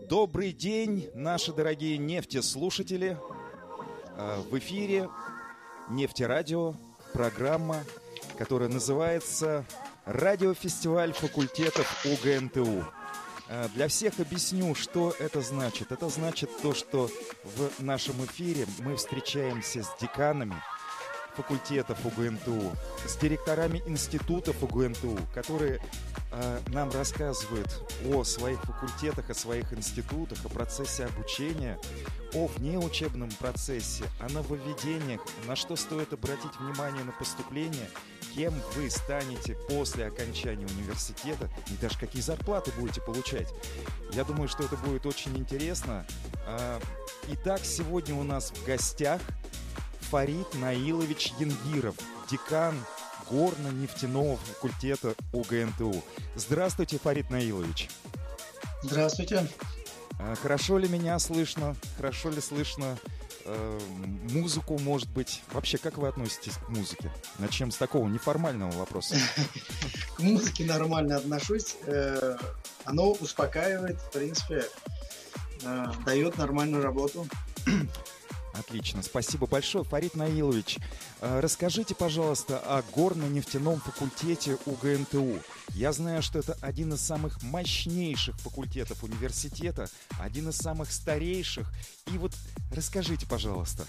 Добрый день, наши дорогие нефтеслушатели. В эфире Нефтерадио, программа, которая называется «Радиофестиваль факультетов УГНТУ». Для всех объясню, что это значит. Это значит то, что в нашем эфире мы встречаемся с деканами факультетов УГНТУ, с директорами институтов УГНТУ, которые нам рассказывают о своих факультетах, о своих институтах, о процессе обучения, о внеучебном процессе, о нововведениях, на что стоит обратить внимание на поступление, кем вы станете после окончания университета и даже какие зарплаты будете получать. Я думаю, что это будет очень интересно. Итак, сегодня у нас в гостях Фарид Наилович Янгиров, декан горно-нефтяного факультета УГНТУ. Здравствуйте, Фарид Наилович. Здравствуйте. Хорошо ли меня слышно? Хорошо ли слышно музыку, может быть? Вообще, как вы относитесь к музыке? Начнем с такого неформального вопроса. К музыке нормально отношусь. Оно успокаивает, в принципе, дает нормальную работу. Отлично, спасибо большое. Фарид Наилович, расскажите, пожалуйста, о горно-нефтяном факультете УГНТУ. Я знаю, что это один из самых мощнейших факультетов университета, один из самых старейших. И вот расскажите, пожалуйста.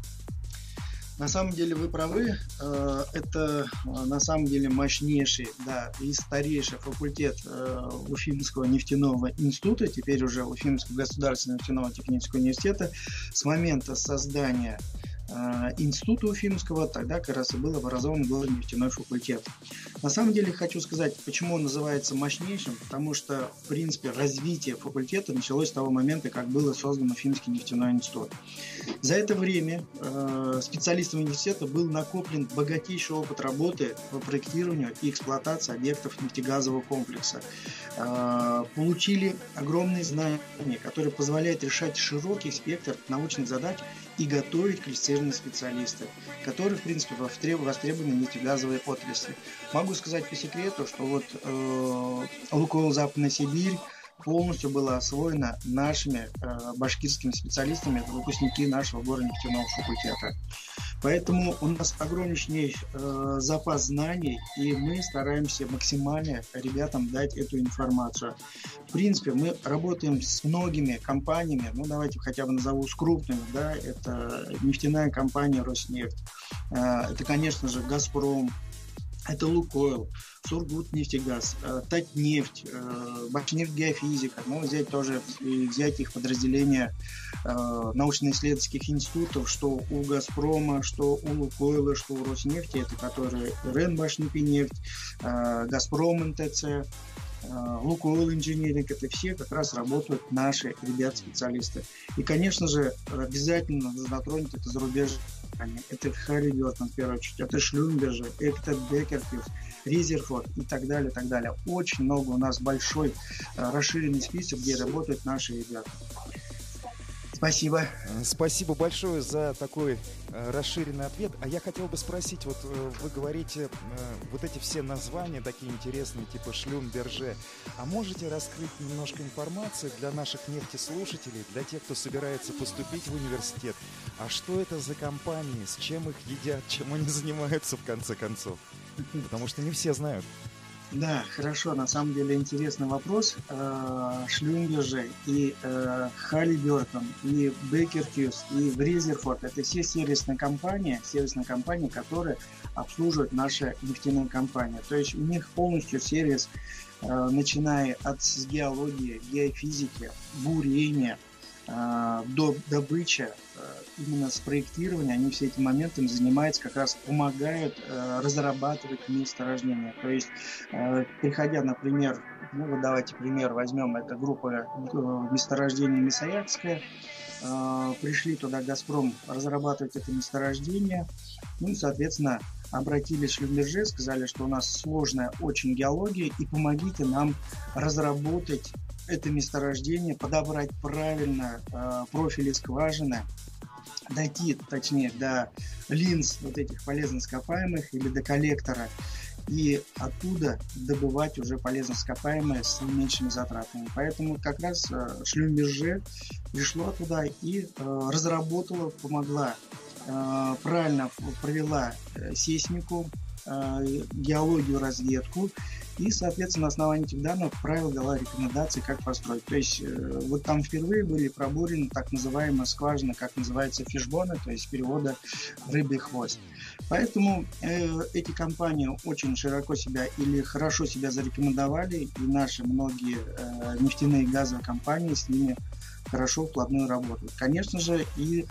На самом деле вы правы, это на самом деле мощнейший, да, и старейший факультет Уфимского нефтяного института, теперь уже Уфимского государственного нефтяного технического университета. С момента создания института Уфимского тогда как раз и был образован горно-нефтяной факультет. На самом деле хочу сказать, почему он называется мощнейшим, потому что, в принципе, развитие факультета началось с того момента, как было создан Уфимский нефтяной институт. За это время специалистам университета был накоплен богатейший опыт работы по проектированию и эксплуатации объектов нефтегазового комплекса. Получили огромные знания, которые позволяют решать широкий спектр научных задач и готовить квалифицированные специалисты, которые, в принципе, востребованы в нефтегазовой отрасли. Могу сказать по секрету, что вот «Лукойл Западная Сибирь» полностью была освоена нашими башкирскими специалистами, это выпускники нашего горно-нефтяного факультета. Поэтому у нас огромнейший запас знаний, и мы стараемся максимально ребятам дать эту информацию. В принципе, мы работаем с многими компаниями, ну давайте хотя бы назову с крупными, да, это нефтяная компания «Роснефть», это, конечно же, «Газпром», это «Лукойл», «Сургутнефтегаз», «Татнефть», «Башнефть-Геофизика». Ну, взять их подразделения научно-исследовательских институтов, что у «Газпрома», что у «Лукойла», что у «Роснефти», это которые РЕН «Башнефть», «Газпром НТЦ», «Лукойл Инжиниринг», это все как раз работают наши ребят-специалисты. И, конечно же, обязательно затронуть это зарубежье. Это Halliburton, в первую очередь, это Schlumberger, это Baker Hughes, Rutherford и так далее, так далее. Очень много у нас большой расширенный список, где работают наши ребята. Спасибо. Спасибо большое за такой расширенный ответ. А я хотел бы спросить, вот вы говорите вот эти все названия такие интересные, типа Schlumberger. А можете раскрыть немножко информации для наших нефтеслушателей, для тех, кто собирается поступить в университет? А что это за компании, с чем их едят, чем они занимаются в конце концов? Потому что не все знают. Да, хорошо, на самом деле интересный вопрос. Schlumberger и Halliburton, и Baker Hughes, и Rutherford – это все сервисные компании, которые обслуживают наши нефтяные компании. То есть у них полностью сервис, начиная от геологии, геофизики, бурения, до добычи, именно с проектирования, они все этими моментами занимаются, как раз помогают разрабатывать месторождения. То есть, приходя, например, ну вот давайте пример возьмем, это группа месторождения Мисаякская, пришли туда «Газпром» разрабатывать это месторождение, ну и, соответственно, обратились в Schlumberger, сказали, что у нас сложная очень геология, и помогите нам разработать это месторождение, подобрать правильно профили скважины, дойти, точнее, до линз вот этих полезно ископаемых или до коллектора. и оттуда добывать уже полезно ископаемое с меньшими затратами. Поэтому как раз Шлюмберже пришло туда и разработала, помогла, правильно провела сейсмику, геологию, разведку, и, соответственно, на основании этих данных правил дала рекомендации, как построить. То есть вот там впервые были пробурены так называемые скважины, как называется фишбоны, то есть перевода рыбий хвост. Поэтому эти компании очень широко себя или хорошо себя зарекомендовали, и наши многие нефтяные и газовые компании с ними хорошо вплотную работают. Конечно же, и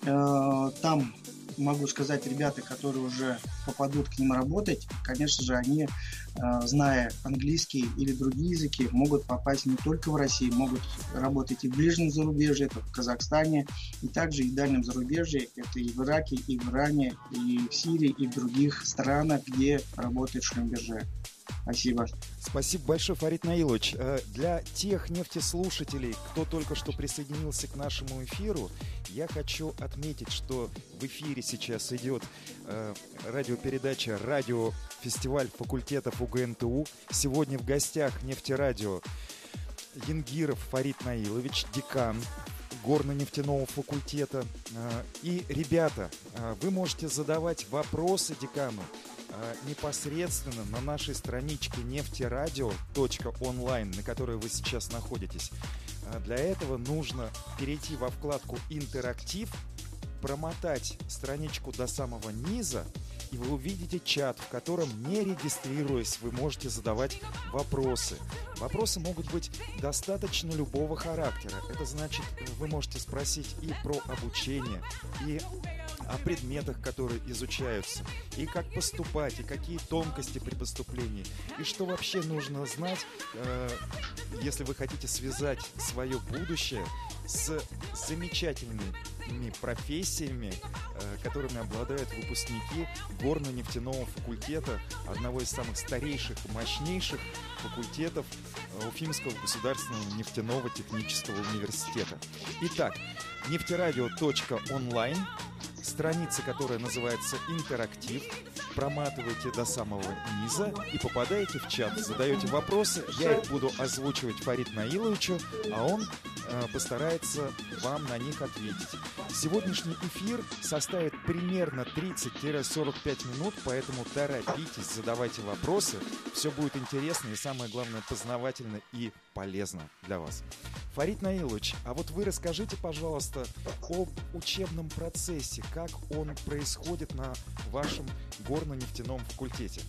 там, могу сказать, ребята, которые уже попадут к ним работать, конечно же, они, зная английский или другие языки, могут попасть не только в Россию, могут работать и в ближнем зарубежье, это в Казахстане, и также и в дальнем зарубежье, это и в Ираке, и в Иране, и в Сирии, и в других странах, где работает Шлюмберже. Спасибо. Спасибо большое, Фарид Наилович. Для тех нефтеслушателей, кто только что присоединился к нашему эфиру, я хочу отметить, что в эфире сейчас идет радиопередача «Радиофестиваль факультетов УГНТУ». Сегодня в гостях нефтерадио Янгиров Фарид Наилович, декан горно-нефтяного факультета. И, ребята, вы можете задавать вопросы декану непосредственно на нашей страничке нефтерадио.онлайн, на которой вы сейчас находитесь. Для этого нужно перейти во вкладку «Интерактив», промотать страничку до самого низа, и вы увидите чат, в котором, не регистрируясь, вы можете задавать вопросы. Вопросы могут быть достаточно любого характера. Это значит, вы можете спросить и про обучение, и о предметах, которые изучаются, и как поступать, и какие тонкости при поступлении, и что вообще нужно знать, если вы хотите связать свое будущее с замечательными профессиями, которыми обладают выпускники горно-нефтяного факультета, одного из самых старейших и мощнейших факультетов Уфимского государственного нефтяного технического университета. Итак, нефтерадио.онлайн, страница, которая называется «Интерактив», проматываете до самого низа и попадаете в чат, задаете вопросы, я их буду озвучивать Фарид Наиловичу, а он постарается вам на них ответить. Сегодняшний эфир составит примерно 30-45 минут, поэтому торопитесь, задавайте вопросы, все будет интересно и, самое главное, познавательно и полезно для вас. Фарид Наилович, а вот вы расскажите, пожалуйста, об учебном процессе, как он происходит на вашем горно-нефтяном факультете.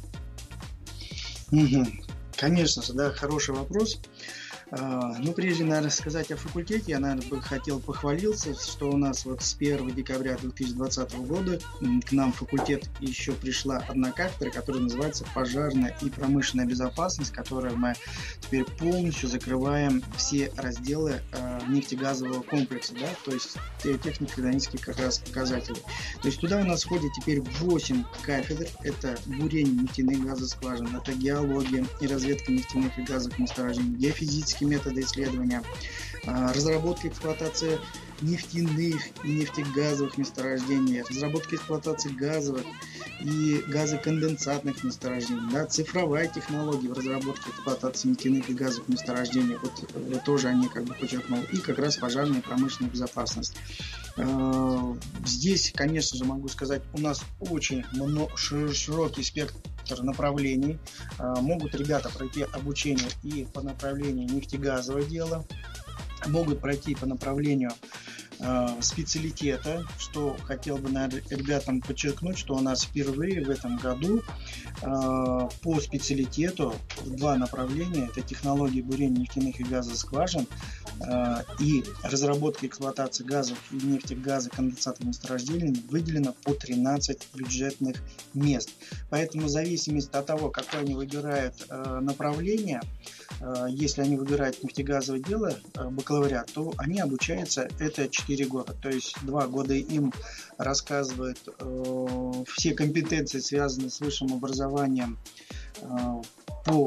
Конечно же, да, хороший вопрос. Ну, прежде, наверное, сказать о факультете, я, наверное, бы хотел похвалиться, что у нас вот с 1 декабря 2020 года к нам в факультет еще пришла одна кафедра, которая называется «Пожарная и промышленная безопасность», которой мы теперь полностью закрываем все разделы нефтегазового комплекса, да, то есть технико-экономические как раз показатели. То есть туда у нас входит теперь 8 кафедр, это бурение нефтяных газоскважин, это геология и разведка нефтяных и газовых месторождений, геофизические методы исследования, разработка и эксплуатация нефтяных и нефтегазовых месторождений, разработка и эксплуатация газовых и газоконденсатных месторождений, да, цифровая технология в разработке и эксплуатации нефтяных и газовых месторождений, вот тоже они как бы подчеркнул, и как раз пожарная и промышленная безопасность. Здесь, конечно же, могу сказать, у нас очень широкий спектр направлений. Могут ребята пройти обучение и по направлению нефтегазового дела, могут пройти по направлению специалитета, что хотел бы, наверное, ребятам подчеркнуть, что у нас впервые в этом году по специалитету два направления, это технологии бурения нефтяных и газовых скважин и разработка и эксплуатация газов и нефтегазоконденсатных месторождений, выделено по 13 бюджетных мест. Поэтому в зависимости от того, какое они выбирают направление, если они выбирают нефтегазовое дело, бакалавриат, то они обучаются это 4 года. То есть 2 года им рассказывают все компетенции, связанные с высшим образованием по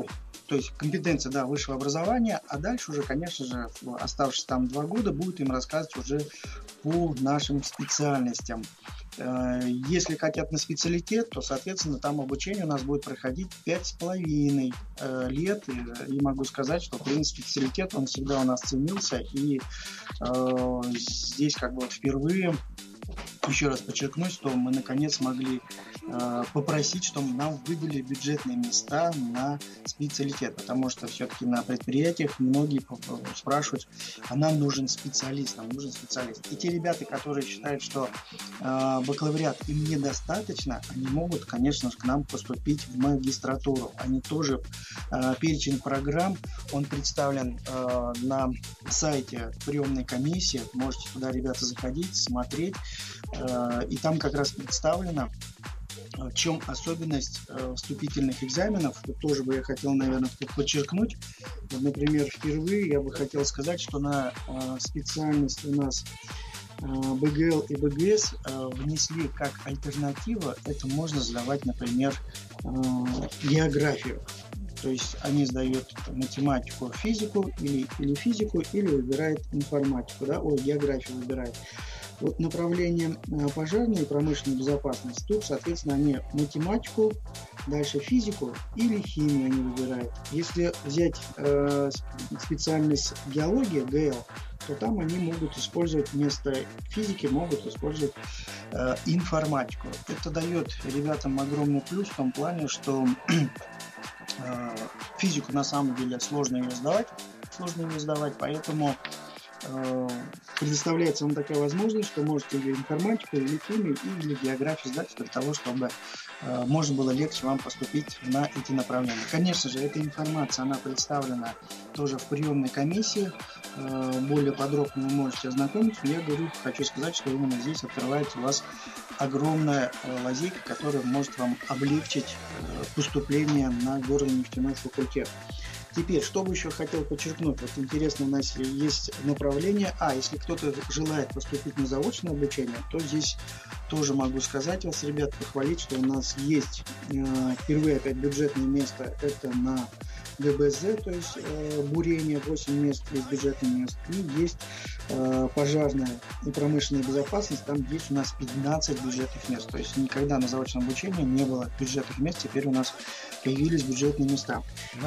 то есть компетенция, да, высшего образования, а дальше уже, конечно же, оставшись там 2 года, будут им рассказывать уже по нашим специальностям. Если хотят на специалитет, то, соответственно, там обучение у нас будет проходить 5,5 лет. И могу сказать, что, в принципе, специалитет, он всегда у нас ценился. И здесь как бы вот впервые, еще раз подчеркну, что мы наконец смогли попросить, чтобы нам выдали бюджетные места на специалитет, потому что все-таки на предприятиях многие спрашивают, а нам нужен специалист, И те ребята, которые считают, что бакалавриат им недостаточно, они могут, конечно же, к нам поступить в магистратуру. Они тоже, перечень программ, он представлен на сайте приемной комиссии, можете туда, ребята, заходить, смотреть, и там как раз представлено, в чем особенность вступительных экзаменов. Тут тоже бы я хотел, наверное, подчеркнуть. Например, впервые я бы хотел сказать, что на специальность у нас БГЛ и БГС внесли как альтернатива, это можно сдавать, например, географию. То есть они сдают математику, физику или физику, или выбирают информатику, географию выбирают. Вот направление пожарной и промышленной безопасности, тут, соответственно, они математику, дальше физику или химию они выбирают. Если взять специальность геология, ГЛ, то там они могут использовать вместо физики, могут использовать информатику. Это дает ребятам огромный плюс в том плане, что физику на самом деле сложно ее сдавать, поэтому предоставляется вам такая возможность, что можете или информатику, или химию, или географию сдать для того, чтобы можно было легче вам поступить на эти направления. Конечно же, эта информация, она представлена тоже в приемной комиссии. Более подробно вы можете ознакомиться. Но я хочу сказать, что именно здесь открывается у вас огромная лазейка, которая может вам облегчить поступление на горно-нефтяной факультет. Теперь, что бы еще хотел подчеркнуть, вот интересно, у нас есть направление, если кто-то желает поступить на заочное обучение, то здесь тоже могу сказать вас, ребят, похвалить, что у нас есть впервые опять бюджетное место, это на ГБЗ, то есть бурение, 8 мест из бюджетных мест, и есть пожарная и промышленная безопасность, там есть у нас 15 бюджетных мест, то есть никогда на заочном обучении не было бюджетных мест, теперь у нас появились бюджетные места.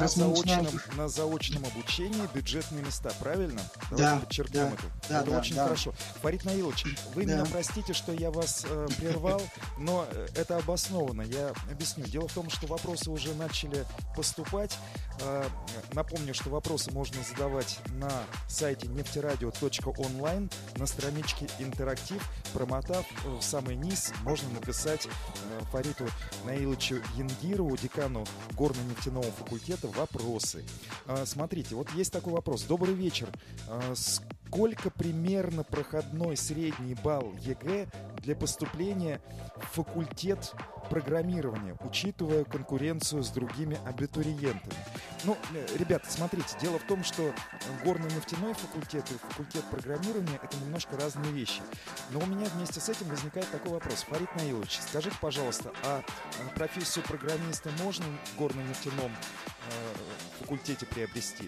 На заочном обучении бюджетные места, правильно? Давайте подчеркнем это. Это очень хорошо. Фарид Наилович, вы меня простите, что я вас прервал, но это обоснованно. Я объясню. Дело в том, что вопросы уже начали поступать. Напомню, что вопросы можно задавать на сайте нефтерадио.онлайн на страничке «Интерактив». Промотав в самый низ, можно написать Фариду Наиловичу Янгирову, декану горно-нефтяного факультета, вопросы. Смотрите, вот есть такой вопрос. Добрый вечер. Сколько примерно проходной средний балл ЕГЭ для поступления в факультет программирования, учитывая конкуренцию с другими абитуриентами? Ребята, смотрите, дело в том, что горно-нефтяной факультет и факультет программирования — это немножко разные вещи. Но у меня вместе с этим возникает такой вопрос. Фарид Наилович, скажите, пожалуйста, а профессию программиста можно в горно-нефтяном факультете приобрести?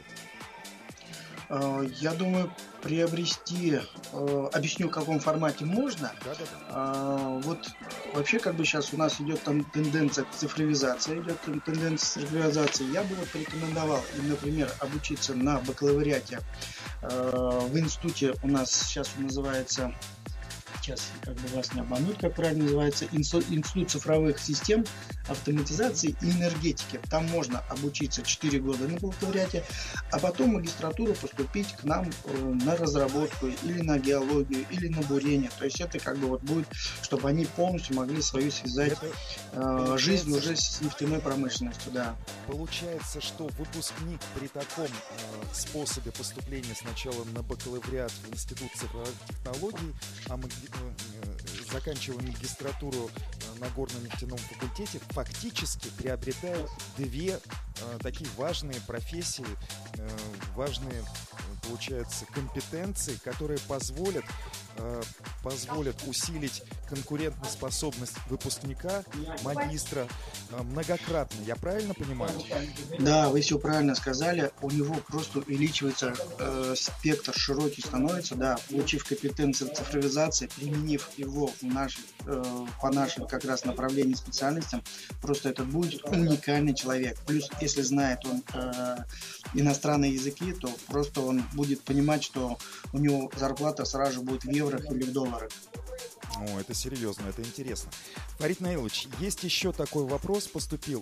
Я думаю, приобрести, объясню, в каком формате можно. Вот вообще сейчас у нас идет там тенденция к цифровизации, Я бы порекомендовал, например, обучиться на бакалавриате в институте, у нас сейчас он называется, сейчас вас не обмануть, как правильно называется, Институт цифровых систем, автоматизации и энергетики. Там можно обучиться 4 года на бакалавриате, а потом в магистратуру поступить к нам на разработку или на геологию, или на бурение. То есть это будет, чтобы они полностью могли свою связать жизнь уже с нефтяной промышленностью. Да. Получается, что выпускник при таком способе поступления сначала на бакалавриат в Институт цифровых технологий, заканчивая магистратуру на горно-нефтяном факультете, фактически приобретают 2 такие важные профессии, важные, получается, компетенции, которые позволят усилить конкурентоспособность выпускника, магистра многократно. Я правильно понимаю? Да, вы все правильно сказали. У него просто увеличивается спектр широкий становится, да, получив компетенции в цифровизации, применив его по нашим как раз направлениям специальностям, просто это будет уникальный человек. Плюс, если знает он иностранные языки, то просто он будет понимать, что у него зарплата сразу же будет в евро или в долларах. О, это серьезно, это интересно. Фарид Наилович, есть еще такой вопрос поступил.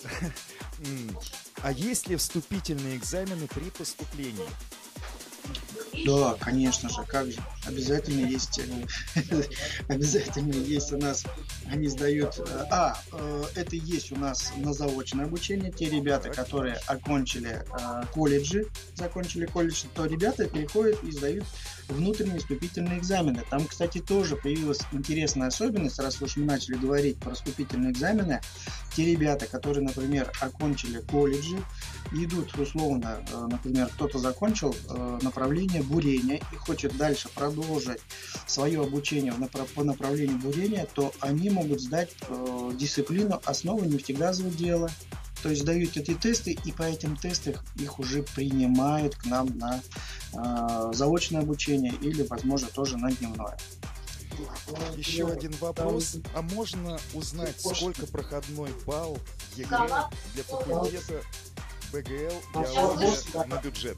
А есть ли вступительные экзамены при поступлении? Да, конечно же, как же. Обязательно есть у нас, они сдают, это есть у нас на заочное обучение, те ребята, которые закончили закончили колледж, то ребята переходят и сдают внутренние вступительные экзамены. Там, кстати, тоже появилась интересная особенность, раз уж мы начали говорить про вступительные экзамены, те ребята, которые, например, окончили колледжи, идут условно, например, кто-то закончил направление бурения и хочет дальше продолжить свое обучение по направлению бурения, то они могут сдать дисциплину «Основы нефтегазового дела». То есть сдают эти тесты, и по этим тестам их уже принимают к нам на заочное обучение или, возможно, тоже на дневное. Еще один вопрос. А можно узнать, сколько проходной балл ЕГЭ для факультета БГЛ «Геология» на бюджет?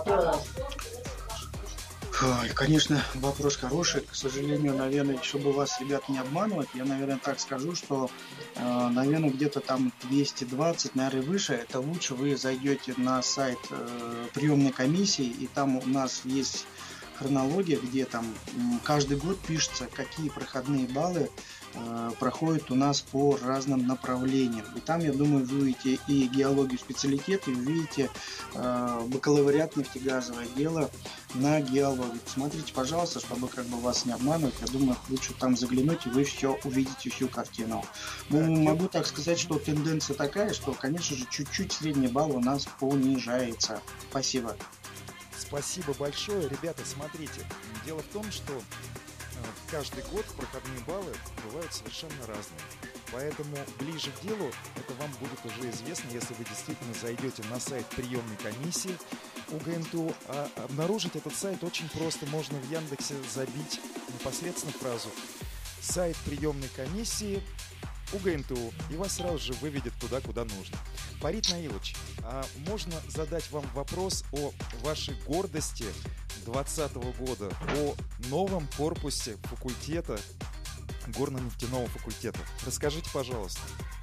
Конечно, вопрос хороший. К сожалению, наверное, чтобы вас, ребят, не обманывать, я, наверное, так скажу, что, наверное, где-то там 220, наверное, выше. Это лучше вы зайдете на сайт приемной комиссии, и там у нас есть хронология, где там каждый год пишется, какие проходные баллы проходят у нас по разным направлениям. И там, я думаю, вы увидите и геологию специалитет, и увидите бакалавриат нефтегазовое дело на геологию. Смотрите, пожалуйста, чтобы как бы вас не обманывать. Я думаю, лучше там заглянуть, и вы все увидите, всю картину. Могу так сказать, что тенденция такая, что, конечно же, чуть-чуть средний балл у нас понижается. Спасибо. Спасибо большое. Ребята, смотрите, дело в том, что каждый год проходные баллы бывают совершенно разные. Поэтому ближе к делу это вам будет уже известно, если вы действительно зайдете на сайт приемной комиссии УГНТУ. А обнаружить этот сайт очень просто. Можно в Яндексе забить непосредственно фразу «Сайт приемной комиссии УГНТУ», и вас сразу же выведет туда, куда нужно. Фарид Наилович, а можно задать вам вопрос о вашей гордости 2020 года, о новом корпусе факультета, горно-нефтяного факультета? Расскажите, пожалуйста.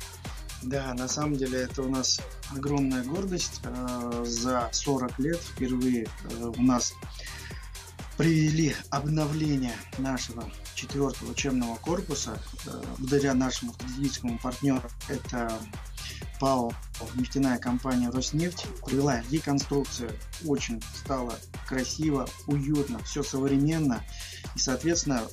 Да, на самом деле это у нас огромная гордость. За 40 лет впервые у нас провели обновление нашего 4-го учебного корпуса. Благодаря нашему стратегическому партнеру, это ПАО «Нефтяная компания Роснефть», провела реконструкцию. Очень стало красиво, уютно, все современно. И, соответственно,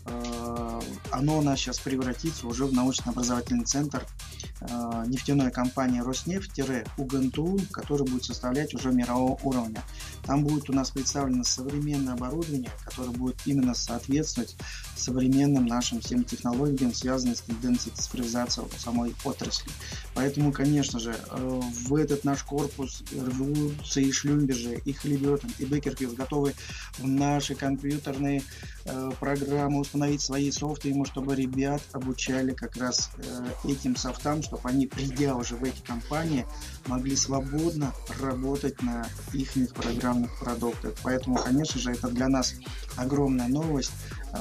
оно у нас сейчас превратится уже в научно-образовательный центр нефтяной компании Роснефть-УГНТУ, который будет составлять уже мирового уровня. Там будет у нас представлено современное оборудование, которое будет именно соответствовать современным нашим всем технологиям, связанным с тенденцией цифровизации самой отрасли. Поэтому, конечно же, в этот наш корпус рвутся и Шлюмберже, и Халибертон, и Беккерфилд готовы в наши компьютерные программы установить свои софты, чтобы ребят обучали как раз этим софтам, чтобы они, придя уже в эти компании, могли свободно работать на их программных продуктах. Поэтому, конечно же, это для нас огромная новость.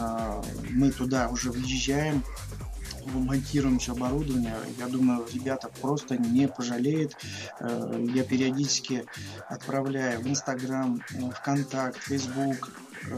Мы туда уже въезжаем, монтируем все оборудование. Я думаю, ребята просто не пожалеют. Я периодически отправляю в Инстаграм, ВКонтакт, Фейсбук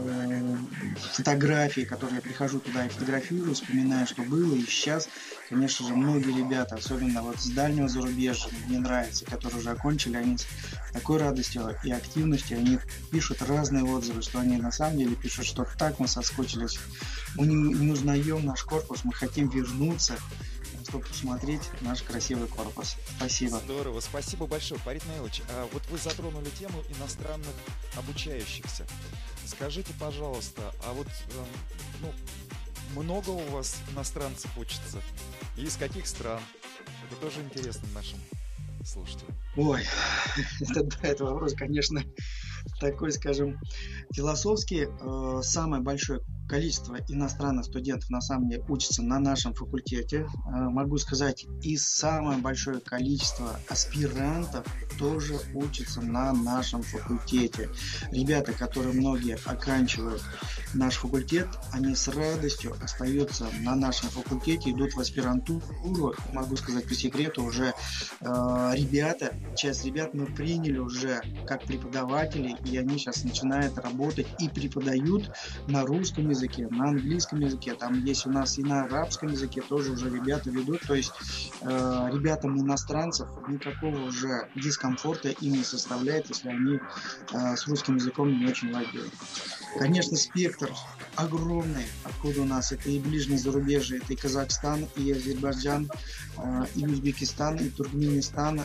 фотографии, которые я прихожу туда и фотографирую, вспоминаю, что было и сейчас. Конечно же, многие ребята, особенно вот с дальнего зарубежья, мне нравится, которые уже окончили, они с такой радостью и активностью, они пишут разные отзывы, что они на самом деле пишут, что так мы соскучились, мы не узнаем наш корпус, мы хотим вернуться, чтобы посмотреть наш красивый корпус. Спасибо. Здорово, спасибо большое, Фарид Наилович. Вот вы затронули тему иностранных обучающихся. Скажите, пожалуйста, а вот много у вас иностранцев учатся? И из каких стран? Это тоже интересно нашим слушателям. Ой, это вопрос, конечно, такой, скажем, философский. Самое большое количество иностранных студентов на самом деле учатся на нашем факультете. Могу сказать, и самое большое количество аспирантов тоже учатся на нашем факультете. Ребята, которые многие оканчивают наш факультет, они с радостью остаются на нашем факультете, идут в аспирантуру. Могу сказать по секрету, уже часть ребят мы приняли уже как преподавателей, и они сейчас начинают работать и преподают на русском языке, на английском языке. Там есть у нас и на арабском языке тоже уже ребята ведут. То есть ребятам иностранцев никакого уже дискомфорта им не составляет, если они с русским языком не очень владеют. Конечно, спектр огромный, откуда у нас это и ближнее зарубежье, это и Казахстан, и Азербайджан, и Узбекистан, и Туркменистан,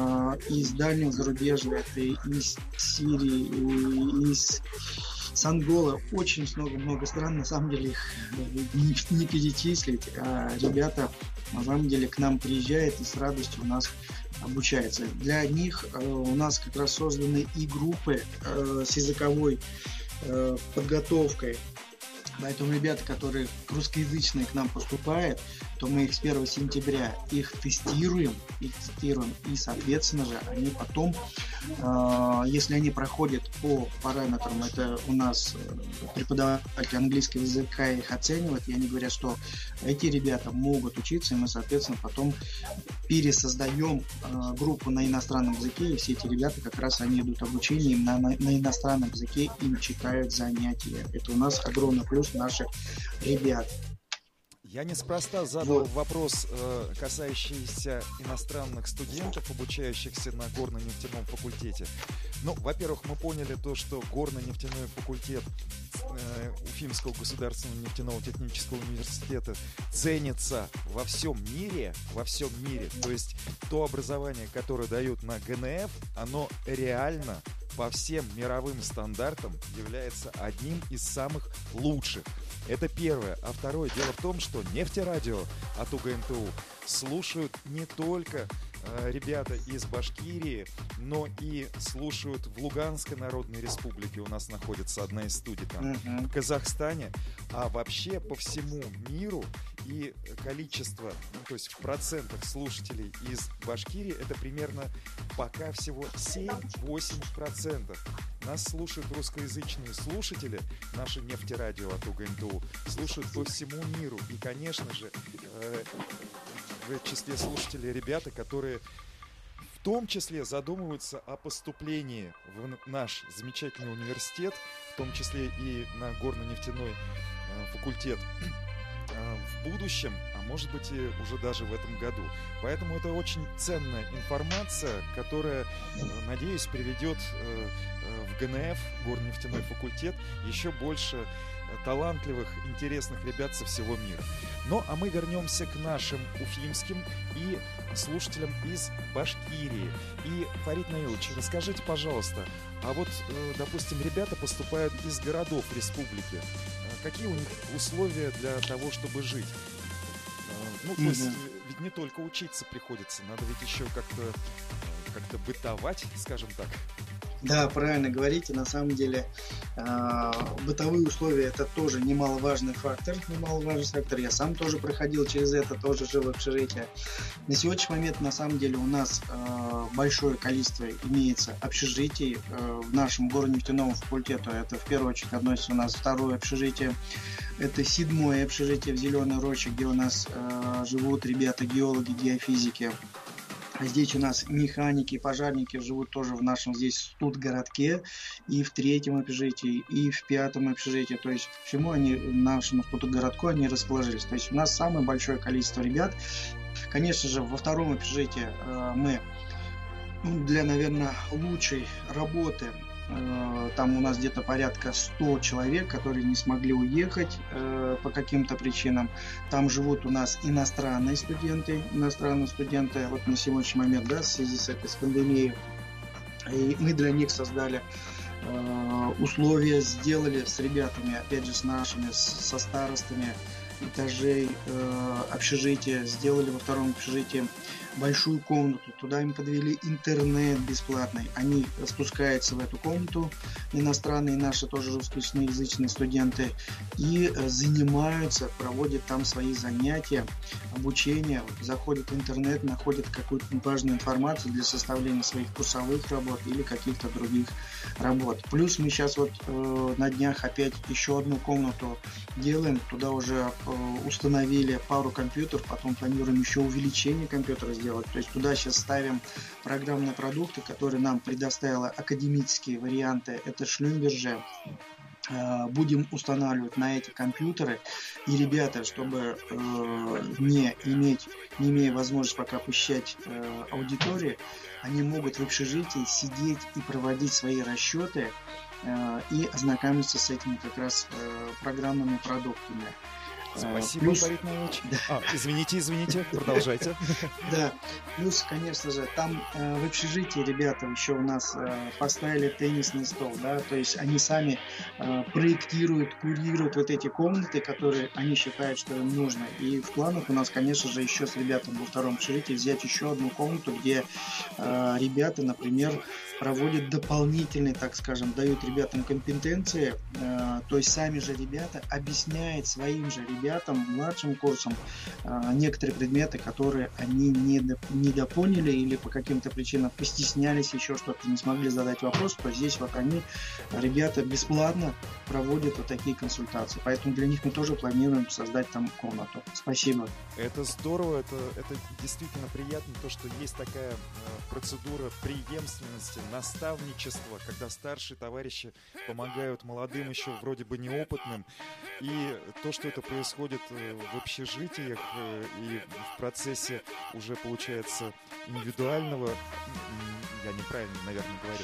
и из дальнего зарубежья, это и из Сирии, и из Анголы. Очень много стран, на самом деле их не перечислить. Ребята на самом деле к нам приезжают и с радостью у нас обучаются. Для них у нас как раз созданы и группы с языковой подготовкой. Поэтому ребята, которые русскоязычные к нам поступают, то мы их с 1 сентября их тестируем, и, соответственно же, они потом, если они проходят по параметрам, это у нас преподаватель английского языка их оценивает, и они говорят, что эти ребята могут учиться, и мы, соответственно, потом пересоздаем группу на иностранном языке, и все эти ребята как раз они идут обучение, им на иностранном языке им читают занятия. Это у нас огромный плюс наших ребят. Я неспроста задал вопрос, касающийся иностранных студентов, обучающихся на горно-нефтяном факультете. Ну, во-первых, мы поняли то, что горно-нефтяной факультет Уфимского государственного нефтяного технического университета ценится во всем мире. То есть то образование, которое дают на ГНФ, оно реально по всем мировым стандартам является одним из самых лучших. Это первое. А второе, дело в том, что нефтерадио от УГНТУ слушают не только ребята из Башкирии, но и слушают в Луганской Народной Республике. У нас находится одна из студий там, в Казахстане. А вообще по всему миру и количество, то есть в процентах слушателей из Башкирии, это примерно пока всего 7-8%. Нас слушают русскоязычные слушатели, наши нефтерадио от УГНТУ, слушают по всему миру. И, конечно же, в числе слушателей ребята, которые в том числе задумываются о поступлении в наш замечательный университет, в том числе и на горно-нефтяной факультет в будущем, а может быть и уже даже в этом году. Поэтому это очень ценная информация, которая, надеюсь, приведет в ГНФ, горно-нефтяной факультет, еще больше талантливых, интересных ребят со всего мира. Ну, а мы вернемся к нашим уфимским и слушателям из Башкирии. И, Фарид Наилович, расскажите, пожалуйста, а вот, допустим, ребята поступают из городов республики. Какие у них условия для того, чтобы жить? Ну, то есть, ведь не только учиться приходится, надо ведь еще как-то бытовать, скажем так. Да, правильно говорите. На самом деле бытовые условия — это тоже немаловажный фактор. Я сам тоже проходил через это, тоже жил в общежитии. На сегодняшний момент, на самом деле, у нас большое количество имеется общежитий в нашем горно-нефтяном факультете. Это в первую очередь относится у нас второе общежитие. Это 7-е общежитие в Зеленой Роще, где у нас живут ребята, геологи, геофизики. Здесь у нас механики, пожарники живут тоже в нашем здесь студгородке, и в 3-м общежитии, и в 5-м общежитии. То есть почему они в нашем студгородку они расположились. То есть у нас самое большое количество ребят. Конечно же, во 2-м общежитии мы для, наверное, лучшей работы, там у нас где-то порядка 100 человек, которые не смогли уехать по каким-то причинам. Там живут у нас иностранные студенты. Вот на сегодняшний момент, да, в связи с этой пандемией. И мы для них создали условия, сделали с ребятами, опять же, с нашими, со старостами, этажей общежития, сделали во втором общежитии большую комнату, туда им подвели интернет бесплатный, они спускаются в эту комнату, иностранные наши тоже русскоязычные студенты, и занимаются, проводят там свои занятия, обучение, заходят в интернет, находят какую-то важную информацию для составления своих курсовых работ или каких-то других работ. Плюс мы сейчас вот на днях опять еще одну комнату делаем, туда уже установили пару компьютеров, потом планируем еще увеличение компьютера сделать. То есть туда сейчас ставим программные продукты, которые нам предоставила академические варианты. Это Шлюмберже. Будем устанавливать на эти компьютеры. И ребята, чтобы не имея возможности пока посещать аудитории, они могут в общежитии сидеть и проводить свои расчеты и ознакомиться с этими как раз программными продуктами. Спасибо, Фарид Наилович. Да. Извините, продолжайте. Да, плюс, конечно же, там в общежитии ребята еще у нас поставили теннисный стол, да, то есть они сами проектируют, курируют вот эти комнаты, которые они считают, что им нужно. И в планах у нас, конечно же, еще с ребятами во втором общежитии взять еще одну комнату, где ребята, например, проводят дополнительные, так скажем, дают ребятам компетенции, то есть сами же ребята объясняют своим же ребятам, младшим курсам, некоторые предметы, которые они недопоняли или по каким-то причинам постеснялись, еще что-то, не смогли задать вопрос, то здесь вот они, ребята, бесплатно проводят вот такие консультации. Поэтому для них мы тоже планируем создать там комнату. Спасибо. Это здорово, это действительно приятно, то, что есть такая процедура преемственности, наставничества, когда старшие товарищи помогают молодым, еще вроде бы неопытным. И то, что это происходит в общежитиях и в процессе уже, получается, индивидуального, я неправильно, наверное, говорю,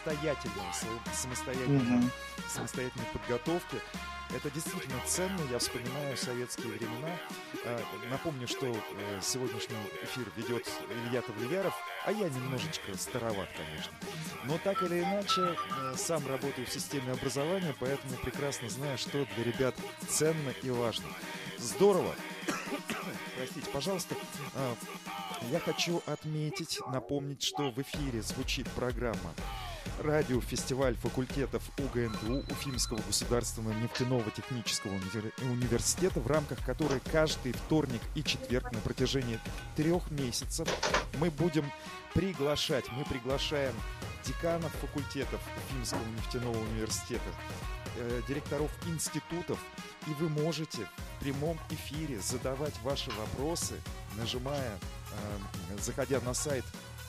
самостоятельной подготовки, это действительно ценно. Я вспоминаю советские времена. Напомню, что сегодняшний эфир ведет Илья Тавлияров, а я немножечко староват, конечно. Но так или иначе, сам работаю в системе образования, поэтому прекрасно знаю, что для ребят ценно и важно. Здорово! Простите, пожалуйста. Я хочу отметить, напомнить, что в эфире звучит программа «Радиофестиваль факультетов УГНТУ Уфимского государственного нефтяного технического университета», в рамках которой каждый вторник и четверг на протяжении 3 месяцев мы приглашаем деканов факультетов Уфимского нефтяного университета, директоров институтов, и вы можете в прямом эфире задавать ваши вопросы, заходя на сайт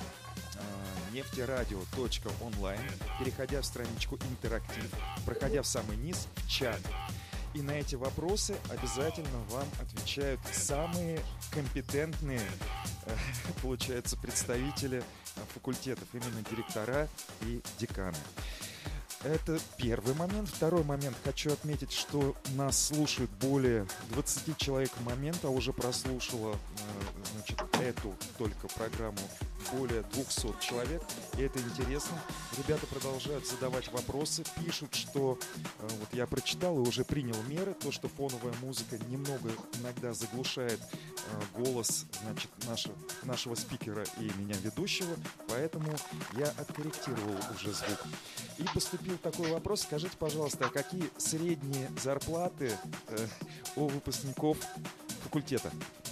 нефтерадио.онлайн, переходя в страничку «Интерактив», проходя в самый низ в чат. И на эти вопросы обязательно вам отвечают самые компетентные, получается, представители факультетов, именно директора и деканы. Это первый момент. Второй момент. Хочу отметить, что нас слушают более 20 человек в момент, а уже прослушало, эту только программу более 200 человек. И это интересно. Ребята продолжают задавать вопросы, пишут, что вот я прочитал и уже принял меры, то, что фоновая музыка немного иногда заглушает голос, нашего спикера и меня ведущего, поэтому я откорректировал уже звук. И поступил такой вопрос: скажите, пожалуйста, а какие средние зарплаты у выпускников факультета?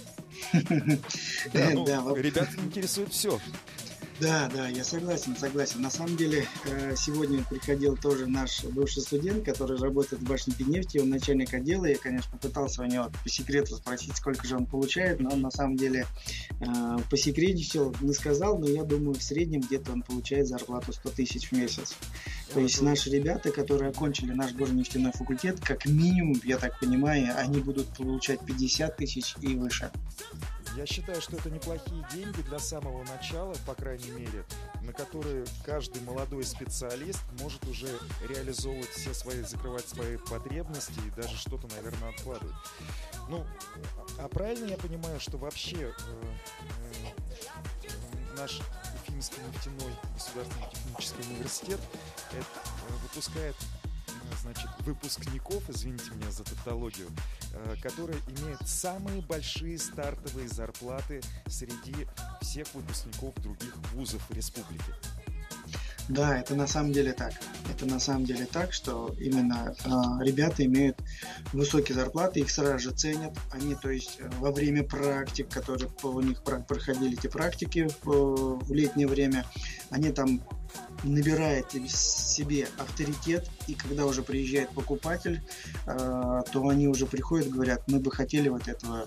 Ребят интересует все. Да, я согласен. На самом деле, сегодня приходил тоже наш бывший студент, который работает в Башнефтенефти, он начальник отдела. Я, конечно, попытался у него по секрету спросить, сколько же он получает, но он на самом деле посекретничал, не сказал, но я думаю, в среднем где-то он получает зарплату 100 тысяч в месяц. То есть наши ребята, которые окончили наш горнефтяной факультет, как минимум, я так понимаю, они будут получать 50 тысяч и выше. Я считаю, что это неплохие деньги для самого начала, по крайней мере, на которые каждый молодой специалист может уже реализовывать закрывать свои потребности и даже что-то, наверное, откладывать. Ну, а правильно я понимаю, что вообще наш Уфимский нефтяной государственный технический университет выпускает, выпускников, извините меня за тавтологию, которая имеет самые большие стартовые зарплаты среди всех выпускников других вузов республики. Да, это на самом деле так. Это на самом деле так, что именно ребята имеют высокие зарплаты, их сразу же ценят. Они, то есть, во время практик, которые у них проходили эти практики в летнее время, они там набирает себе авторитет, и когда уже приезжает покупатель, то они уже приходят и говорят: мы бы хотели вот этого,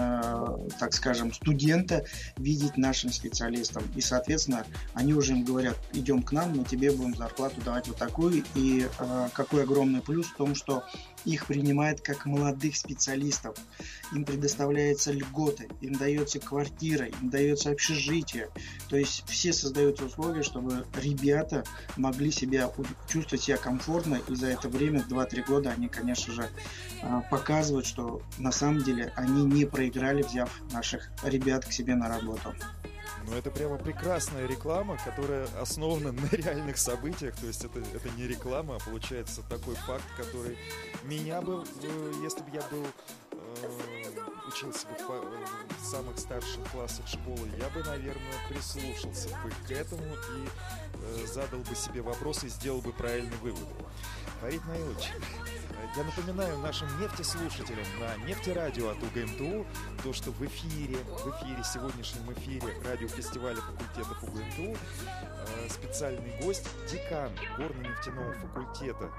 так скажем, студента видеть нашим специалистом. И, соответственно, они уже им говорят: идем к нам, мы тебе будем зарплату давать вот такую. И какой огромный плюс в том, что их принимают как молодых специалистов. Им предоставляются льготы, им дается квартира, им дается общежитие. То есть все создают условия, чтобы ребята могли чувствовать себя комфортно, и за это время, 2-3 года, они, конечно же, показывают, что на самом деле они не проиграли, взяв наших ребят к себе на работу. Ну, это прямо прекрасная реклама, которая основана на реальных событиях. То есть это не реклама, а получается такой факт, который меня бы, если бы я был учился бы в самых старших классах школы, я бы, наверное, прислушался бы к этому и задал бы себе вопросы и сделал бы правильный вывод. Фарид Наилович, я напоминаю нашим нефтеслушателям на нефтерадио от УГМТУ, то, что в эфире, сегодняшнем эфире радиофестиваля факультетов УГМТУ специальный гость, декан горно-нефтяного факультета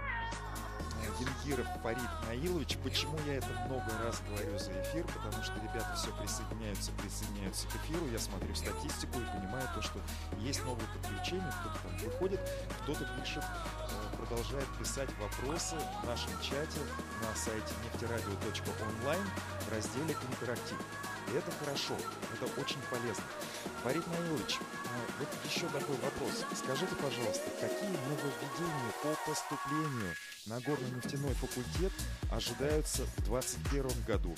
Венгиров Фарид Наилович. Почему я это много раз говорю за эфир? Потому что ребята все присоединяются к эфиру. Я смотрю статистику и понимаю то, что есть новые подключения. Кто-то там выходит, кто-то пишет, продолжает писать вопросы в нашем чате на сайте нефтерадио.онлайн в разделе «Интерактив». И это хорошо, это очень полезно. Фарид Наилович, вот еще такой вопрос. Скажите, пожалуйста, какие нововведения по поступлению на горно-нефтяной факультет ожидаются в 2021 году?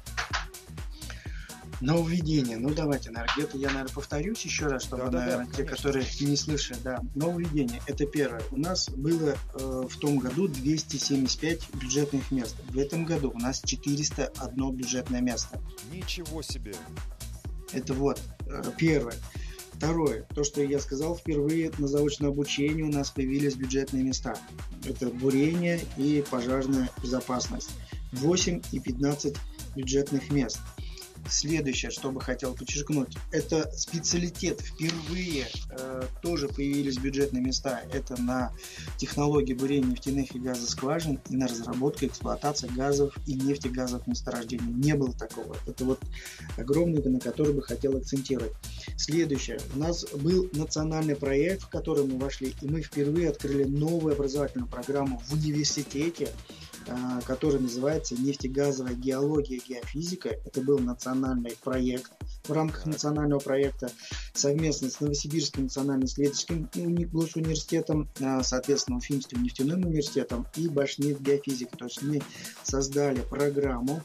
Нововведение. Ну, давайте, наверное, где-то я, наверное, повторюсь еще раз, чтобы, наверное, те, которые не слышали, да. Нововведение. Это первое. У нас было в том году 275 бюджетных мест. В этом году у нас 401 бюджетное место. Ничего себе! Это вот первое. Второе. То, что я сказал, впервые на заочном обучении у нас появились бюджетные места. Это бурение и пожарная безопасность. 8 и 15 бюджетных мест. Следующее, что бы хотел подчеркнуть, это специалитет. Впервые тоже появились бюджетные места. Это на технологии бурения нефтяных и газоскважин и на разработку и эксплуатацию газов и нефтегазовых месторождений. Не было такого. Это вот огромный, на который бы хотел акцентировать. Следующее. У нас был национальный проект, в который мы вошли, и мы впервые открыли новую образовательную программу в университете, который называется «Нефтегазовая геология и геофизика». Это был национальный проект. В рамках национального проекта совместно с Новосибирским национальным исследовательским госуниверситетом, соответственно, Уфимским нефтяным университетом и Башнефть-геофизика. То есть мы создали программу,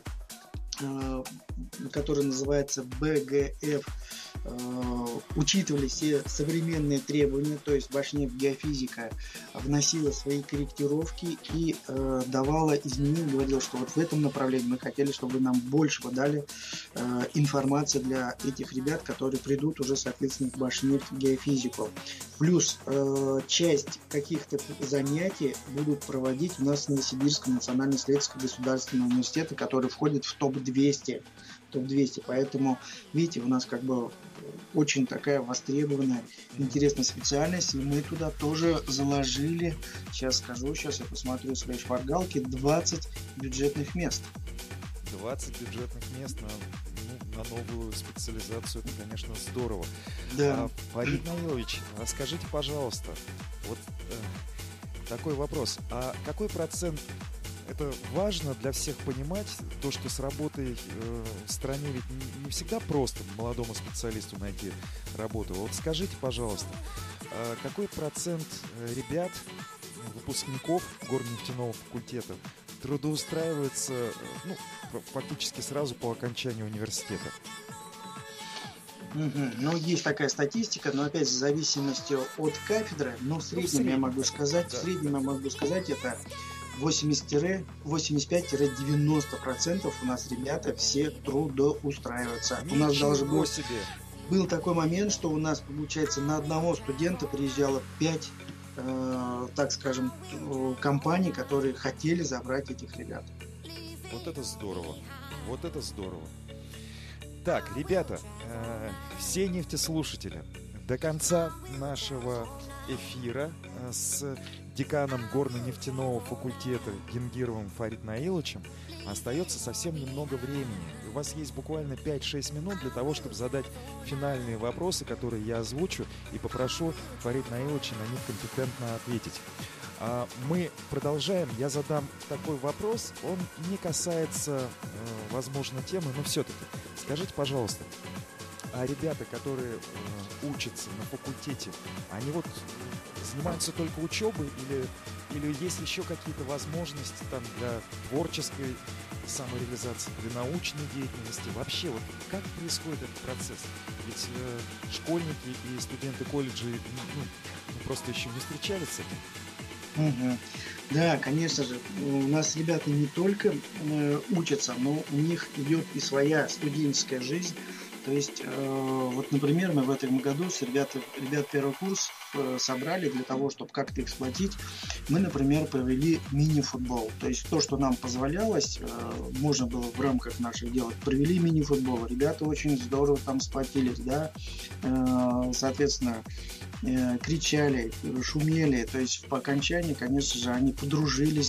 которая называется БГФ. Учитывали все современные требования, то есть Башнефть-геофизика вносила свои корректировки и давала изменения, говорила, что вот в этом направлении мы хотели, чтобы вы нам больше подали информации для этих ребят, которые придут уже, соответственно, в Башнефть-геофизику. Плюс часть каких-то занятий будут проводить у нас в Новосибирском национальном исследовательском государственном университете, который входит в топ-200. Поэтому, видите, у нас как бы очень такая востребованная, интересная специальность, и мы туда тоже заложили, сейчас я посмотрю свои шпаргалки, 20 бюджетных мест. 20 бюджетных мест на новую специализацию, это, конечно, здорово. Да. Фарид Наилович, скажите, пожалуйста, вот такой вопрос, а какой процент? Это важно для всех понимать, то, что с работой в стране ведь не всегда просто молодому специалисту найти работу. Вот скажите, пожалуйста, какой процент ребят, выпускников горнефтяного факультета трудоустраивается фактически сразу по окончанию университета? Ну, есть такая статистика, но опять в зависимости от кафедры, но в среднем я могу сказать, это 85-90% у нас ребята все трудоустраиваются. У нас даже был такой момент, что у нас, получается, на одного студента приезжало 5, так скажем, компаний, которые хотели забрать этих ребят. Вот это здорово. Вот это здорово. Так, ребята, все нефтеслушатели, до конца нашего эфира с деканом горно-нефтяного факультета Генгировым Фарид Наиловичем остается совсем немного времени. У вас есть буквально 5-6 минут для того, чтобы задать финальные вопросы, которые я озвучу, и попрошу Фарид Наиловича на них компетентно ответить. Мы продолжаем. Я задам такой вопрос. Он не касается, возможно, темы, но все-таки. Скажите, пожалуйста, а ребята, которые учатся на факультете, они вот занимаются только учебой или есть еще какие-то возможности там для творческой самореализации, для научной деятельности? Вообще, вот как происходит этот процесс? Ведь школьники и студенты колледжей просто еще не встречались с этим. Угу. Да, конечно же, у нас ребята не только учатся, но у них идет и своя студенческая жизнь. То есть, вот, например, мы в этом году с ребят первый курс собрали для того, чтобы как-то эксплуатить. Мы, например, провели мини-футбол. То есть то, что нам позволялось, можно было в рамках наших делать. Провели мини-футбол. Ребята очень здорово там сплотились, да. Соответственно, кричали, шумели. То есть по окончании, конечно же, они подружились.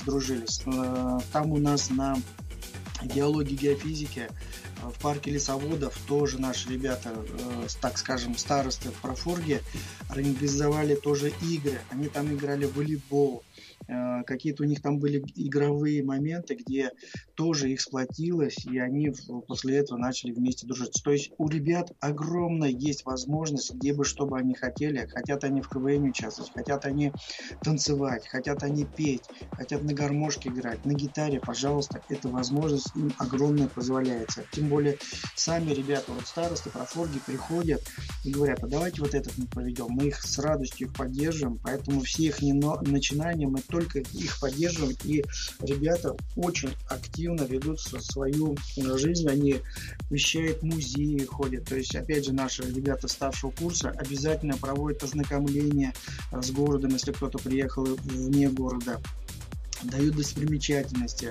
Там у нас на геологии, геофизике в парке лесоводов тоже наши ребята, так скажем, старосты в профорге организовали тоже игры. Они там играли в волейбол. Какие-то у них там были игровые моменты, где тоже их сплотилось, и они после этого начали вместе дружить. То есть у ребят огромная есть возможность, где бы что бы они хотели. Хотят они в КВН участвовать, хотят они танцевать, хотят они петь, хотят на гармошке играть, на гитаре, пожалуйста, эта возможность им огромная позволяется. Тем более сами ребята, вот старосты, профорги приходят и говорят: а давайте вот этот мы проведем. Мы их с радостью поддержим, поэтому все их начинания мы только их поддерживаем, и ребята очень активно ведут свою жизнь, они посещают музеи, ходят. То есть, опять же, наши ребята старшего курса обязательно проводят ознакомление с городом, если кто-то приехал вне города, дают достопримечательности.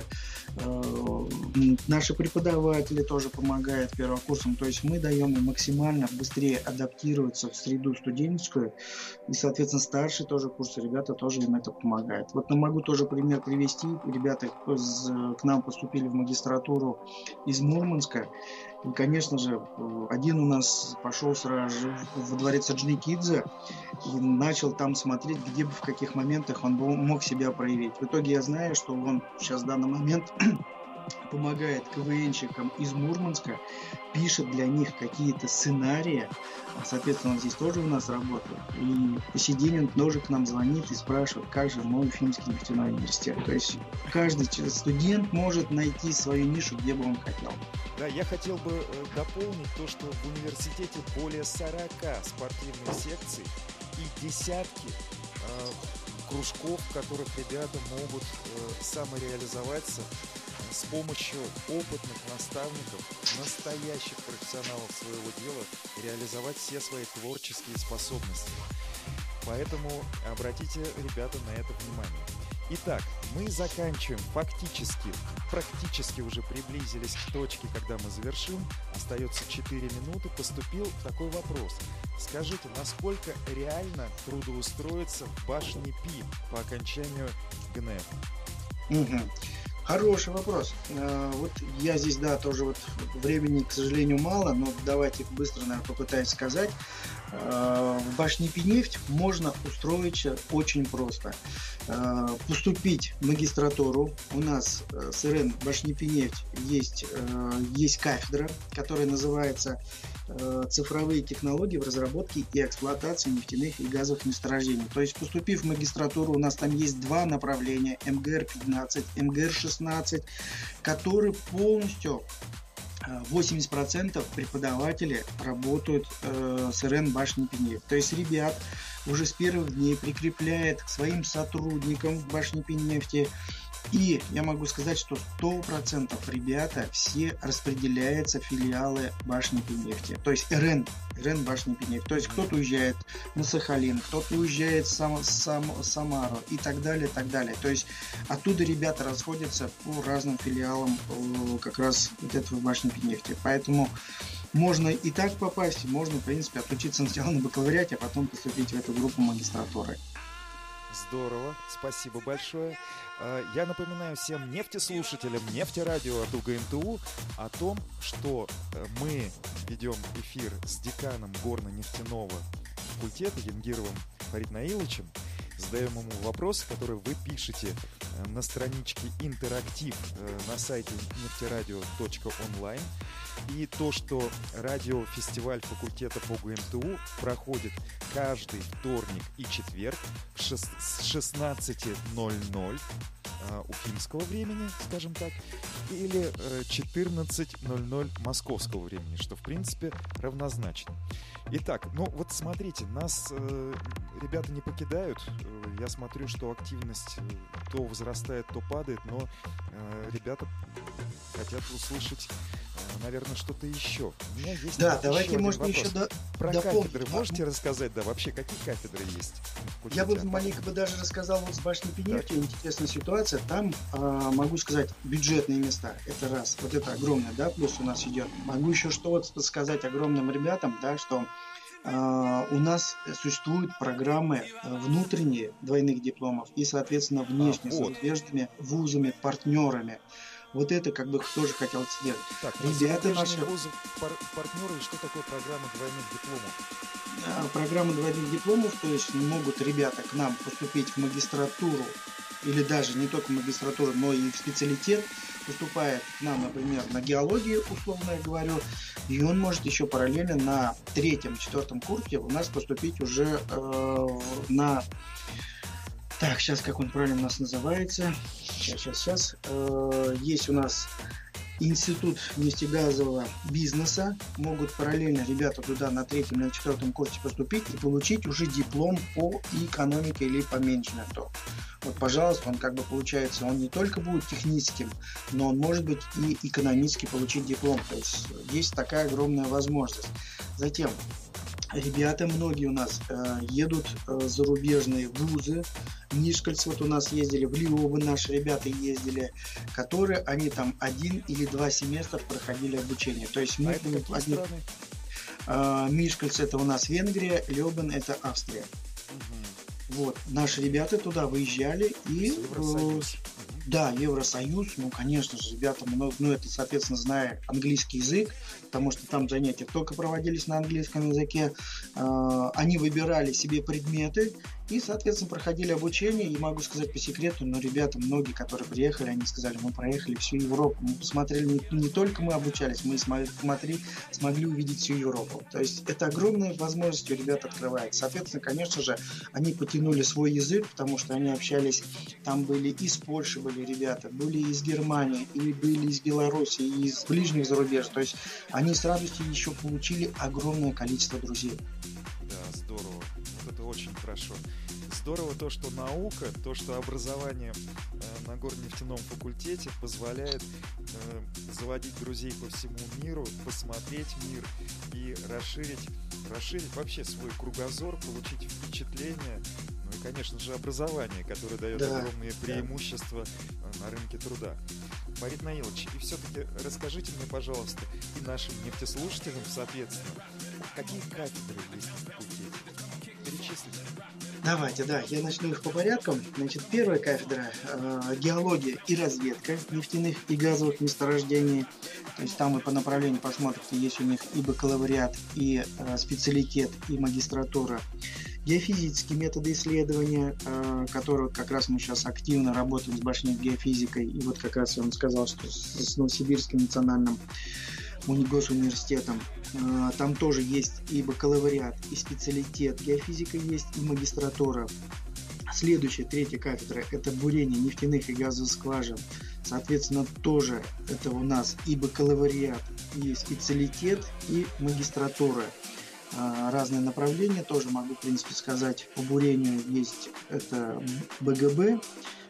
Наши преподаватели тоже помогают первокурсам. То есть мы даем им максимально быстрее адаптироваться в среду студенческую. И, соответственно, старшие тоже курсы, ребята тоже им это помогают. Вот я могу тоже пример привести. Ребята к нам поступили в магистратуру из Мурманска. И, конечно же, один у нас пошел сразу же во дворец Орджоникидзе и начал там смотреть, где бы, в каких моментах он мог себя проявить. В итоге я знаю, что он сейчас в данный момент помогает КВНщикам из Мурманска, пишет для них какие-то сценарии. Соответственно, он здесь тоже у нас работает. И по сей день он тоже к нам звонит и спрашивает, как же мой Уфимский нефтяной университет. То есть каждый студент может найти свою нишу, где бы он хотел. Да, я хотел бы дополнить то, что в университете более 40 спортивных секций и десятки кружков, в которых ребята могут самореализоваться с помощью опытных наставников, настоящих профессионалов своего дела, реализовать все свои творческие способности. Поэтому обратите, ребята, на это внимание. Итак, мы заканчиваем практически уже приблизились к точке, когда мы завершим. Остается 4 минуты. Поступил такой вопрос. Скажите, насколько реально трудоустроиться в башне ПИ по окончанию ГНЭФ? Угу. Хороший вопрос. Вот я здесь, да, тоже вот времени, к сожалению, мало, но давайте быстро, наверное, попытаюсь сказать. В башне ПИ-нефть можно устроиться очень просто. Поступить в магистратуру. У нас с РН башни ПИ-нефть есть кафедра, которая называется «Цифровые технологии в разработке и эксплуатации нефтяных и газовых месторождений». То есть, поступив в магистратуру, у нас там есть два направления: МГР-15, МГР-16, которые полностью 80% преподавателей работают с РН башни ПИ-нефть. То есть ребят уже с первых дней прикрепляет к своим сотрудникам в башне ПИ-нефти И я могу сказать, что 100% ребята все распределяются в филиалы башни Пинефти. То есть РН башни Пинефти. То есть кто-то уезжает на Сахалин, кто-то уезжает в Самару и так далее, так далее. То есть оттуда ребята расходятся по разным филиалам как раз вот этого башни Пинефти. Поэтому можно и так попасть, можно, в принципе, отучиться сначала на бакалавриате, а потом поступить в эту группу магистратуры. Здорово, спасибо большое. Я напоминаю всем нефтеслушателям Нефтерадио от УГНТУ о том, что мы ведем эфир с деканом горно-нефтяного факультета Янгировым Фарид Наиловичем. Задаем ему вопросы, которые вы пишете на страничке «Интерактив» на сайте нефтерадио.онлайн. И то, что радиофестиваль факультета по ГНТУ проходит каждый вторник и четверг с 16:00 уфимского времени, скажем так, или 14:00 московского времени, что в принципе равнозначно. Итак, ну вот смотрите, нас ребята не покидают. Я смотрю, что активность то возрастает, то падает, но ребята хотят услышать, наверное, что-то еще. У меня есть давайте, может, еще про кафедры можете рассказать? Да, вообще, какие кафедры есть? Я бы маленько даже рассказал вот с башни Пинефти. Интересная ситуация. Там, могу сказать, бюджетные места. Это раз. Вот это огромное, да, плюс у нас идет. Могу еще что-то сказать огромным ребятам, да, что у нас существуют программы внутренние двойных дипломов и, соответственно, внешние с зарубежными вузами, партнерами. Вот это как бы тоже хотел сделать. Так, ребята наши вузы, партнеры, что такое программа двойных дипломов? Программа двойных дипломов, то есть могут ребята к нам поступить в магистратуру или даже не только в магистратуру, но и в специалитет. Поступает к нам, например, на геологию, условно я говорю, и он может еще параллельно на 3-4 курсе у нас поступить уже на... Так, сейчас как он правильно у нас называется? Сейчас. Есть у нас Институт нефтегазового бизнеса. Могут параллельно ребята туда на 3-м или 4-м курсе поступить и получить уже диплом по экономике или по менеджменту. Вот, пожалуйста, он как бы получается, он не только будет техническим, но он может быть и экономически получить диплом. То есть есть такая огромная возможность. Затем ребята многие у нас едут зарубежные вузы. Нишкальц вот у нас ездили, в Лиовы наши ребята ездили, которые они там 1 или 2 семестра проходили обучение. То есть мы Мишкальц это у нас Венгрия, Лёбен это Австрия. Вот, наши ребята туда выезжали и... Да, Евросоюз, ну, конечно же, ребята много, ну, это, соответственно, зная английский язык, потому что там занятия только проводились на английском языке, они выбирали себе предметы и, соответственно, проходили обучение, и могу сказать по секрету, но ребята, многие, которые приехали, они сказали, мы проехали всю Европу, мы посмотрели, не только мы обучались, мы смогли увидеть всю Европу, то есть это огромная возможность у ребят открывается, соответственно, конечно же, они потянули свой язык, потому что они общались, там были из Польши, были ребята, были из Германии, и были из Беларуси, и из ближних зарубеж. То есть они с радостью еще получили огромное количество друзей. Да, здорово. Вот это очень хорошо. Здорово то, что наука, то, что образование на горнефтяном факультете позволяет заводить друзей по всему миру, посмотреть мир и расширить вообще свой кругозор, получить впечатление, ну и, конечно же, образование, которое дает огромные преимущества на рынке труда. Фарид Наилович, и все-таки расскажите мне, пожалуйста, и нашим нефтеслушателям, соответственно, какие кафедры есть на факультете? Перечислите. Давайте, я начну их по порядку. Значит, первая кафедра геология и разведка нефтяных и газовых месторождений. То есть там вы по направлению посмотрите, есть у них и бакалавриат, и специалитет, и магистратура. Геофизические методы исследования, которые как раз мы сейчас активно работаем с башней геофизикой. И вот как раз я вам сказал, что с Новосибирским национальным госуниверситетом. Там тоже есть и бакалавриат, и специалитет геофизика есть, и магистратура. Следующая, третья кафедра – это бурение нефтяных и газовых скважин. Соответственно, тоже это у нас и бакалавриат, и специалитет, и магистратура. Разные направления, тоже могу, в принципе, сказать. По бурению есть это БГБ,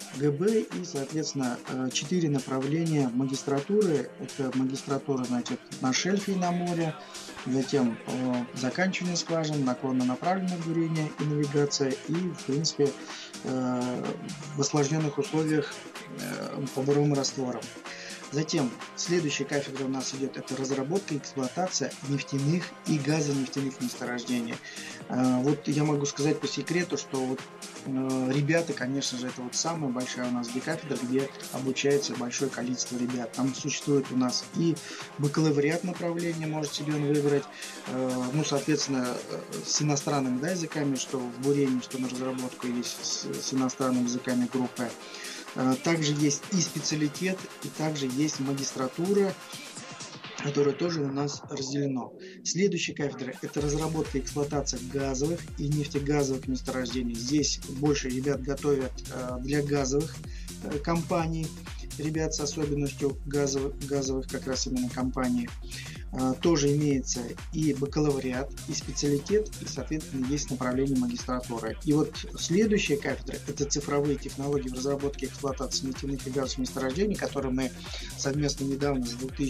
ГБ и, соответственно, 4 направления магистратуры. Это магистратура, значит, на шельфе и на море, затем заканчивание скважин, наклонно-направленное бурение и навигация, и, в принципе, в осложненных условиях по буровым растворам. Затем следующая кафедра у нас идет, это разработка и эксплуатация нефтяных и газонефтяных месторождений. Вот я могу сказать по секрету, что вот ребята, конечно же, это вот самая большая у нас кафедра, где обучается большое количество ребят. Там существует у нас и бакалавриат направления, может себе он выбрать, ну, соответственно, с иностранными, да, языками, что в бурении, что на разработку есть с иностранными языками группы. Также есть и специалитет, и также есть магистратура, которая тоже у нас разделена. Следующая кафедра – это разработка и эксплуатация газовых и нефтегазовых месторождений. Здесь больше ребят готовят для газовых компаний, ребят с особенностью газовых как раз именно компаний. Тоже имеется и бакалавриат, и специалитет, и, соответственно, есть направление магистратуры. И вот следующая кафедра – это цифровые технологии в разработке и эксплуатации нефтяных и газовых месторождений, которые мы совместно недавно, с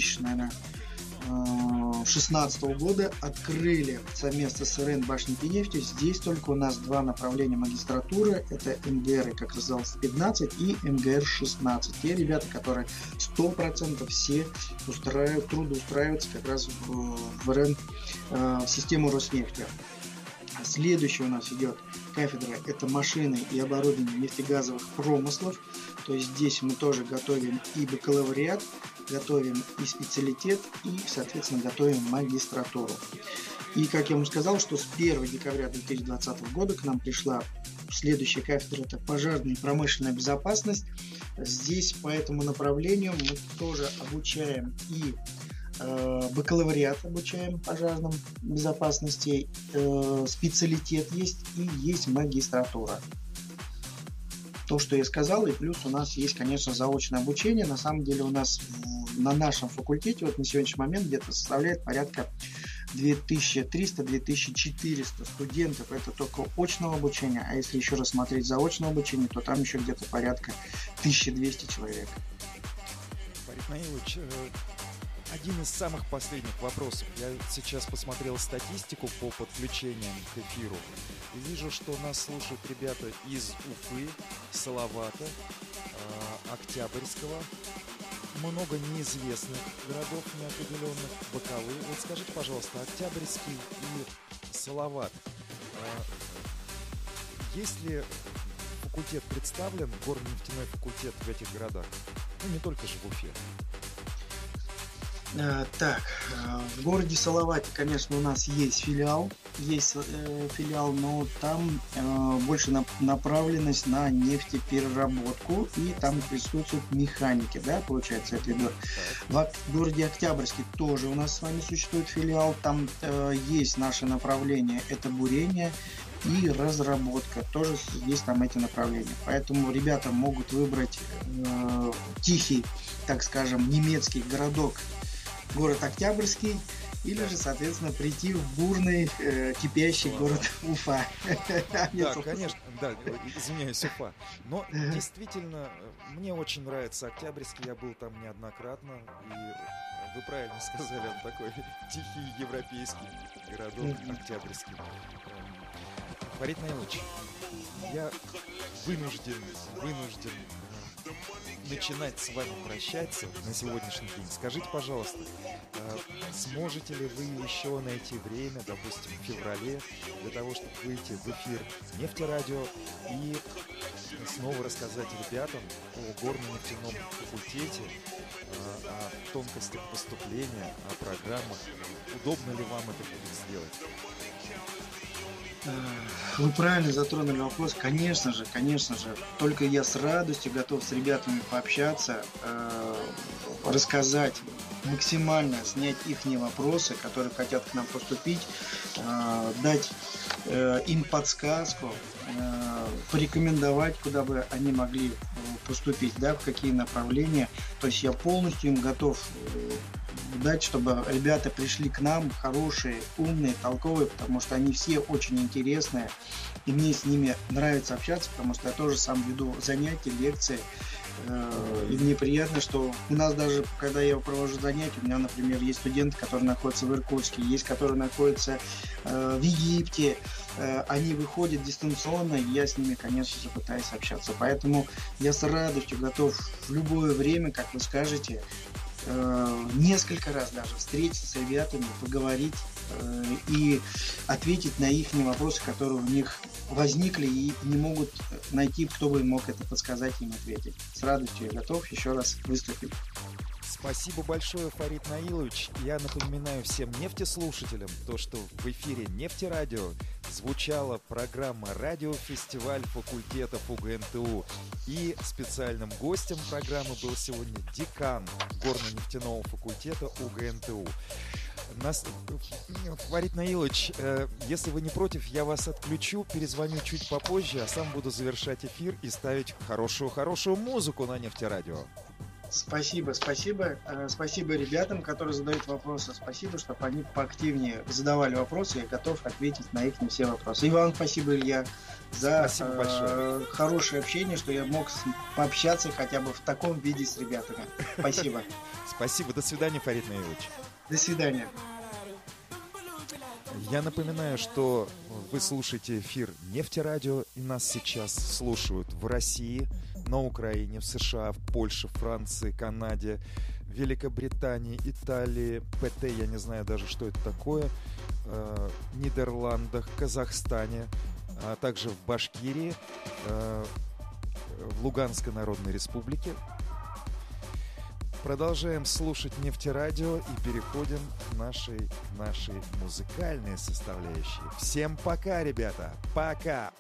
2016 года, открыли совместно с РН Башники нефти. Здесь только у нас два направления магистратуры. Это МГР, как назывался, 15 и МГР-16. Те ребята, которые 100% все трудоустраиваются как раз в РН, в систему Роснефти. Следующая у нас идет кафедра, это машины и оборудование нефтегазовых промыслов. То есть здесь мы тоже готовим и бакалавриат, готовим и специалитет, и, соответственно, готовим магистратуру. И, как я вам сказал, что с 1 декабря 2020 года к нам пришла следующая кафедра, это пожарная и промышленная безопасность. Здесь по этому направлению мы тоже обучаем и бакалавриат обучаем пожарным безопасности, специалитет есть и есть магистратура. То, что я сказал, и плюс у нас есть, конечно, заочное обучение. На самом деле у нас на нашем факультете вот на сегодняшний момент где-то составляет порядка 2300-2400 студентов. Это только очного обучения, а если еще раз смотреть заочное обучение, то там еще где-то порядка 1200 человек. Борис Наилович, один из самых последних вопросов. Я сейчас посмотрел статистику по подключениям к эфиру и вижу, что нас слушают ребята из Уфы, Салавата, Октябрьского, много неизвестных городов неопределенных, Бакалы. Вот скажите, пожалуйста, Октябрьский и Салават, есть ли факультет представлен, горно-нефтяной факультет в этих городах? Ну, не только же в Уфе. Так, в городе Салавате, конечно, у нас есть филиал, но там больше направленность на нефтепереработку, и там присутствуют механики, да, получается, это идет. В городе Октябрьске тоже у нас с вами существует филиал, там есть наше направление, это бурение и разработка, тоже есть там эти направления. Поэтому ребята могут выбрать тихий, так скажем, немецкий городок, город Октябрьский, или же, соответственно, прийти в бурный, кипящий город Уфа. Да, конечно, да, извиняюсь, Уфа. Но действительно, мне очень нравится Октябрьский, я был там неоднократно, и вы правильно сказали, он такой тихий европейский городок Октябрьский. Борис Наилович, я вынужден начинать с вами прощаться на сегодняшний день. Скажите, пожалуйста, сможете ли вы еще найти время, допустим, в феврале, для того, чтобы выйти в эфир Нефтерадио и снова рассказать ребятам о горно-нефтяном факультете, о тонкостях поступления, о программах? Удобно ли вам это будет сделать? Вы правильно затронули вопрос. Конечно же, только я с радостью готов с ребятами пообщаться, рассказать, максимально снять их вопросы, которые хотят к нам поступить, дать им подсказку, порекомендовать, куда бы они могли поступить, да, в какие направления. То есть я полностью им готов дать, чтобы ребята пришли к нам, хорошие, умные, толковые, потому что они все очень интересные, и мне с ними нравится общаться, потому что я тоже сам веду занятия, лекции, и мне приятно, что у нас даже, когда я провожу занятия, у меня, например, есть студенты, которые находятся в Иркутске, есть, которые находятся в Египте, они выходят дистанционно, и я с ними, конечно же, пытаюсь общаться. Поэтому я с радостью готов в любое время, как вы скажете, несколько раз даже встретиться с ребятами, поговорить и ответить на их вопросы, которые у них возникли и не могут найти, кто бы мог это подсказать им ответить. С радостью я готов еще раз выступить. Спасибо большое, Фарид Наилович. Я напоминаю всем нефтеслушателям, то, что в эфире Нефтерадио звучала программа «Радиофестиваль факультетов УГНТУ». И специальным гостем программы был сегодня декан горно-нефтяного факультета УГНТУ. Фарид Наилович, если вы не против, я вас отключу, перезвоню чуть попозже, а сам буду завершать эфир и ставить хорошую музыку на Нефтерадио. Спасибо ребятам, которые задают вопросы. Спасибо, чтобы они поактивнее задавали вопросы. Я готов ответить на их все вопросы. И вам спасибо, Илья, за хорошее общение, что я мог пообщаться хотя бы в таком виде с ребятами. Спасибо. Спасибо. До свидания, Фарид Наилович. До свидания. Я напоминаю, что вы слушаете эфир Нефтерадио, и нас сейчас слушают в России, на Украине, в США, в Польше, Франции, Канаде, Великобритании, Италии, ПТ, я не знаю даже, что это такое, Нидерландах, Казахстане, а также в Башкирии, в Луганской Народной Республике. Продолжаем слушать Нефтерадио и переходим к нашей музыкальной составляющей. Всем пока, ребята! Пока!